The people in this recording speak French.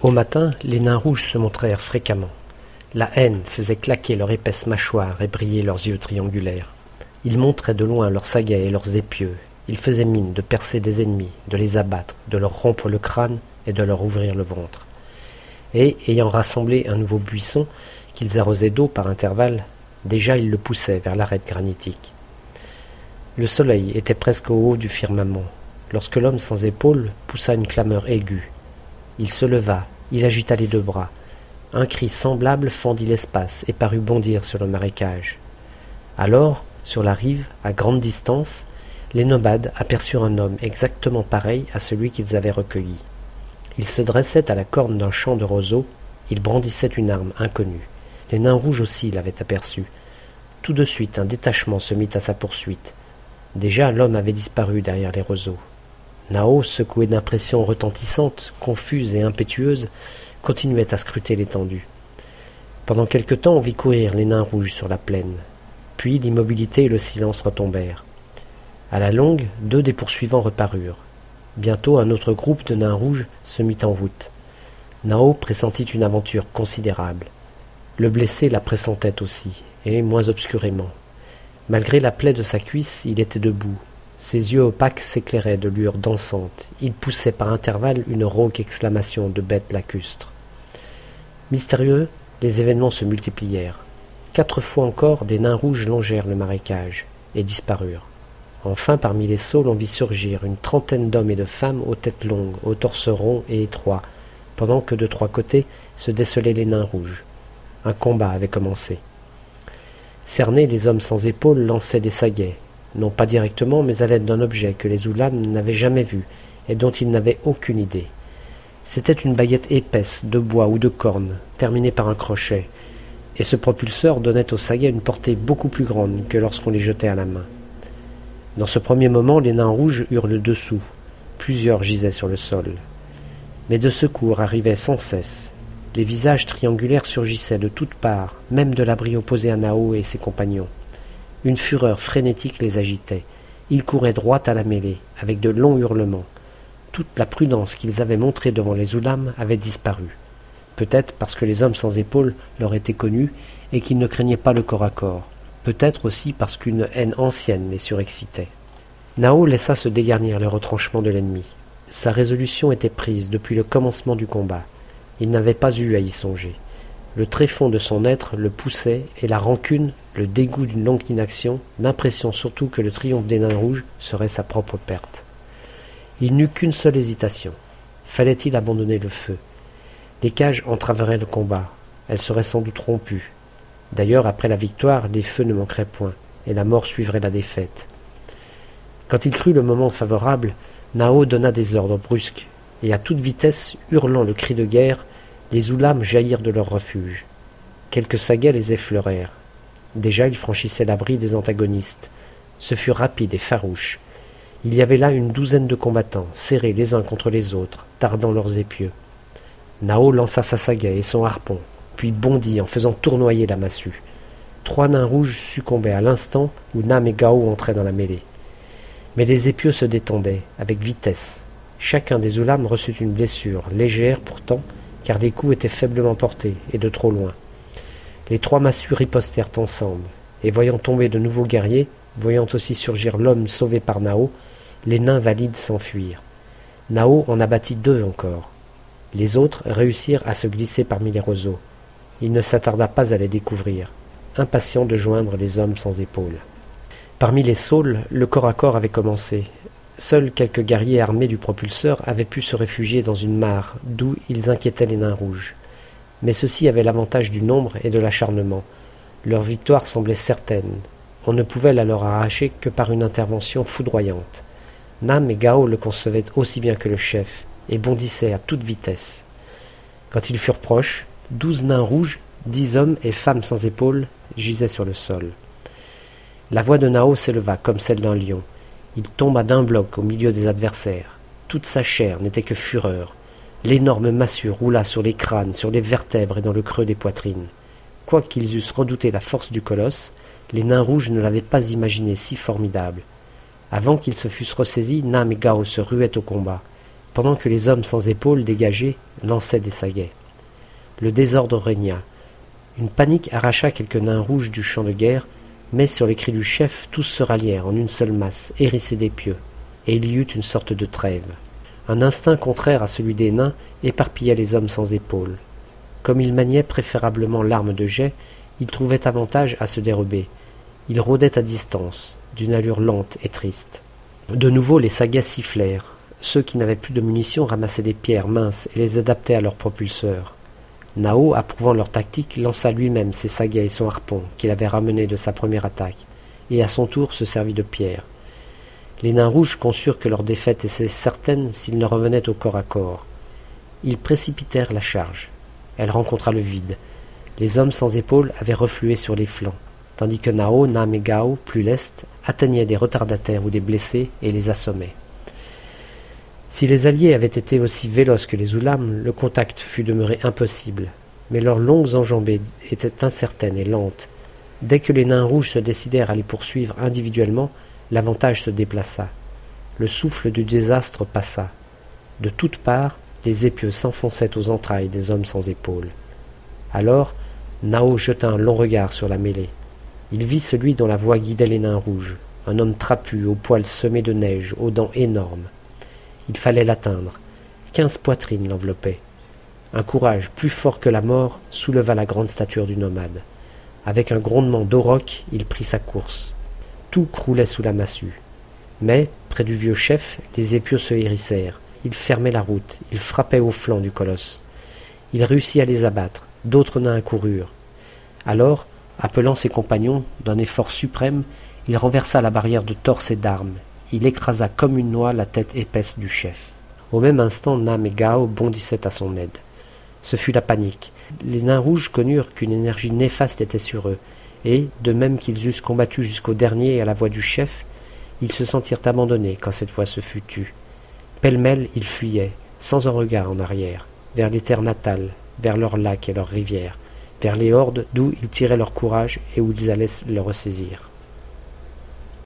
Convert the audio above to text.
Au matin, les nains rouges se montrèrent fréquemment. La haine faisait claquer leurs épaisses mâchoires et briller leurs yeux triangulaires. Ils montraient de loin leurs saguets et leurs épieux. Ils faisaient mine de percer des ennemis, de les abattre, de leur rompre le crâne et de leur ouvrir le ventre. Et, ayant rassemblé un nouveau buisson, qu'ils arrosaient d'eau par intervalles, déjà ils le poussaient vers l'arête granitique. Le soleil était presque au haut du firmament, lorsque l'homme sans épaules poussa une clameur aiguë. Il se leva, il agita les deux bras. Un cri semblable fendit l'espace et parut bondir sur le marécage. Alors, sur la rive, à grande distance, les nomades aperçurent un homme exactement pareil à celui qu'ils avaient recueilli. Il se dressait à la corne d'un champ de roseaux, il brandissait une arme inconnue. Les nains rouges aussi l'avaient aperçu. Tout de suite, un détachement se mit à sa poursuite. Déjà, l'homme avait disparu derrière les roseaux. Nao, secoué d'impressions retentissantes, confuses et impétueuses, continuait à scruter l'étendue. Pendant quelque temps, on vit courir les nains rouges sur la plaine. Puis l'immobilité et le silence retombèrent. À la longue, 2 des poursuivants reparurent. Bientôt, un autre groupe de nains rouges se mit en route. Nao pressentit une aventure considérable. Le blessé la pressentait aussi, et moins obscurément. Malgré la plaie de sa cuisse, il était debout. Ses yeux opaques s'éclairaient de lueurs dansantes. Il poussait par intervalles une rauque exclamation de bête lacustre. Mystérieux, les événements se multiplièrent. 4 fois encore, des nains rouges longèrent le marécage et disparurent. Enfin, parmi les saules, on vit surgir une trentaine d'hommes et de femmes aux têtes longues, aux torses ronds et étroits, pendant que de 3 côtés se décelaient les nains rouges. Un combat avait commencé. Cernés, les hommes sans épaules lançaient des saguets, non pas directement, mais à l'aide d'un objet que les Oulams n'avaient jamais vu et dont ils n'avaient aucune idée. C'était une baguette épaisse, de bois ou de corne, terminée par un crochet, et ce propulseur donnait aux saguets une portée beaucoup plus grande que lorsqu'on les jetait à la main. Dans ce premier moment, les nains rouges eurent le dessous. Plusieurs gisaient sur le sol. Mais de secours arrivaient sans cesse. Les visages triangulaires surgissaient de toutes parts, même de l'abri opposé à Nao et ses compagnons. Une fureur frénétique les agitait. Ils couraient droit à la mêlée, avec de longs hurlements. Toute la prudence qu'ils avaient montrée devant les Oulams avait disparu. Peut-être parce que les hommes sans épaules leur étaient connus et qu'ils ne craignaient pas le corps à corps. Peut-être aussi parce qu'une haine ancienne les surexcitait. Nao laissa se dégarnir les retranchements de l'ennemi. Sa résolution était prise depuis le commencement du combat. Il n'avait pas eu à y songer. Le tréfonds de son être le poussait, et la rancune, le dégoût d'une longue inaction, l'impression surtout que le triomphe des nains rouges serait sa propre perte. Il n'eut qu'une seule hésitation. Fallait-il abandonner le feu? Les cages entraveraient le combat. Elles seraient sans doute rompues. D'ailleurs, après la victoire, les feux ne manqueraient point, et la mort suivrait la défaite. Quand il crut le moment favorable, Nao donna des ordres brusques, et à toute vitesse, hurlant le cri de guerre, les Oulams jaillirent de leur refuge. Quelques saguets les effleurèrent. Déjà, ils franchissaient l'abri des antagonistes. Ce fut rapide et farouche. Il y avait là une douzaine de combattants, serrés les uns contre les autres, tardant leurs épieux. Nao lança sa sagaie et son harpon, puis bondit en faisant tournoyer la massue. 3 nains rouges succombaient à l'instant où Nam et Gao entraient dans la mêlée. Mais les épieux se détendaient, avec vitesse. Chacun des Oulams reçut une blessure, légère pourtant, car les coups étaient faiblement portés et de trop loin. Les 3 massues ripostèrent ensemble, et voyant tomber de nouveaux guerriers, voyant aussi surgir l'homme sauvé par Nao, les nains valides s'enfuirent. Nao en abattit 2 encore. Les autres réussirent à se glisser parmi les roseaux. Il ne s'attarda pas à les découvrir, impatient de joindre les hommes sans épaules. Parmi les saules, le corps à corps avait commencé. Seuls quelques guerriers armés du propulseur avaient pu se réfugier dans une mare, d'où ils inquiétaient les nains rouges. Mais ceux-ci avaient l'avantage du nombre et de l'acharnement. Leur victoire semblait certaine. On ne pouvait la leur arracher que par une intervention foudroyante. Nam et Gao le concevaient aussi bien que le chef, et bondissaient à toute vitesse. Quand ils furent proches, 12 nains rouges, 10 hommes et femmes sans épaules, gisaient sur le sol. La voix de Nao s'éleva comme celle d'un lion. Il tomba d'un bloc au milieu des adversaires. Toute sa chair n'était que fureur. L'énorme massue roula sur les crânes, sur les vertèbres et dans le creux des poitrines. Quoiqu'ils eussent redouté la force du colosse, les nains rouges ne l'avaient pas imaginé si formidable. Avant qu'ils se fussent ressaisis, Nam et Gao se ruaient au combat. pendant que les hommes sans épaules dégagés lançaient des saguets. Le désordre régna. Une panique arracha quelques nains rouges du champ de guerre, mais sur les cris du chef, tous se rallièrent en une seule masse, hérissés d'épieux, et il y eut une sorte de trêve. Un instinct contraire à celui des nains éparpilla les hommes sans épaules. Comme ils maniaient préférablement l'arme de jet, ils trouvaient avantage à se dérober. Ils rôdaient à distance, d'une allure lente et triste. De nouveau les saguets sifflèrent. Ceux qui n'avaient plus de munitions ramassaient des pierres minces et les adaptaient à leurs propulseurs. Nao, approuvant leur tactique, lança lui-même ses saguets et son harpon qu'il avait ramené de sa première attaque, et à son tour se servit de pierres. Les nains rouges conçurent que leur défaite était certaine s'ils ne revenaient au corps à corps. Ils précipitèrent la charge. Elle rencontra le vide. Les hommes sans épaules avaient reflué sur les flancs, tandis que Nao, Nam et Gao, plus lestes, atteignaient des retardataires ou des blessés et les assommaient. Si les alliés avaient été aussi véloces que les Ulam, le contact fût demeuré impossible, mais leurs longues enjambées étaient incertaines et lentes. Dès que les nains rouges se décidèrent à les poursuivre individuellement, l'avantage se déplaça. Le souffle du désastre passa. De toutes parts, les épieux s'enfonçaient aux entrailles des hommes sans épaules. Alors, Nao jeta un long regard sur la mêlée. Il vit celui dont la voix guidait les nains rouges, un homme trapu, aux poils semés de neige, aux dents énormes. Il fallait l'atteindre. 15 poitrines l'enveloppaient. Un courage plus fort que la mort souleva la grande stature du nomade. Avec un grondement d'auroch, il prit sa course. Tout croulait sous la massue. Mais, près du vieux chef, les épieux se hérissèrent. Ils fermaient la route, ils frappaient au flanc du colosse. Il réussit à les abattre, d'autres nains accoururent. Alors, appelant ses compagnons, d'un effort suprême, il renversa la barrière de torse et d'armes. Il écrasa comme une noix la tête épaisse du chef. Au même instant, Nam et Gao bondissaient à son aide. Ce fut la panique. Les nains rouges connurent qu'une énergie néfaste était sur eux, et, de même qu'ils eussent combattu jusqu'au dernier à la voix du chef, ils se sentirent abandonnés quand cette voix se fut tue. Pêle-mêle, ils fuyaient, sans un regard en arrière, vers les terres natales, vers leurs lacs et leurs rivières, vers les hordes d'où ils tiraient leur courage et où ils allaient le ressaisir.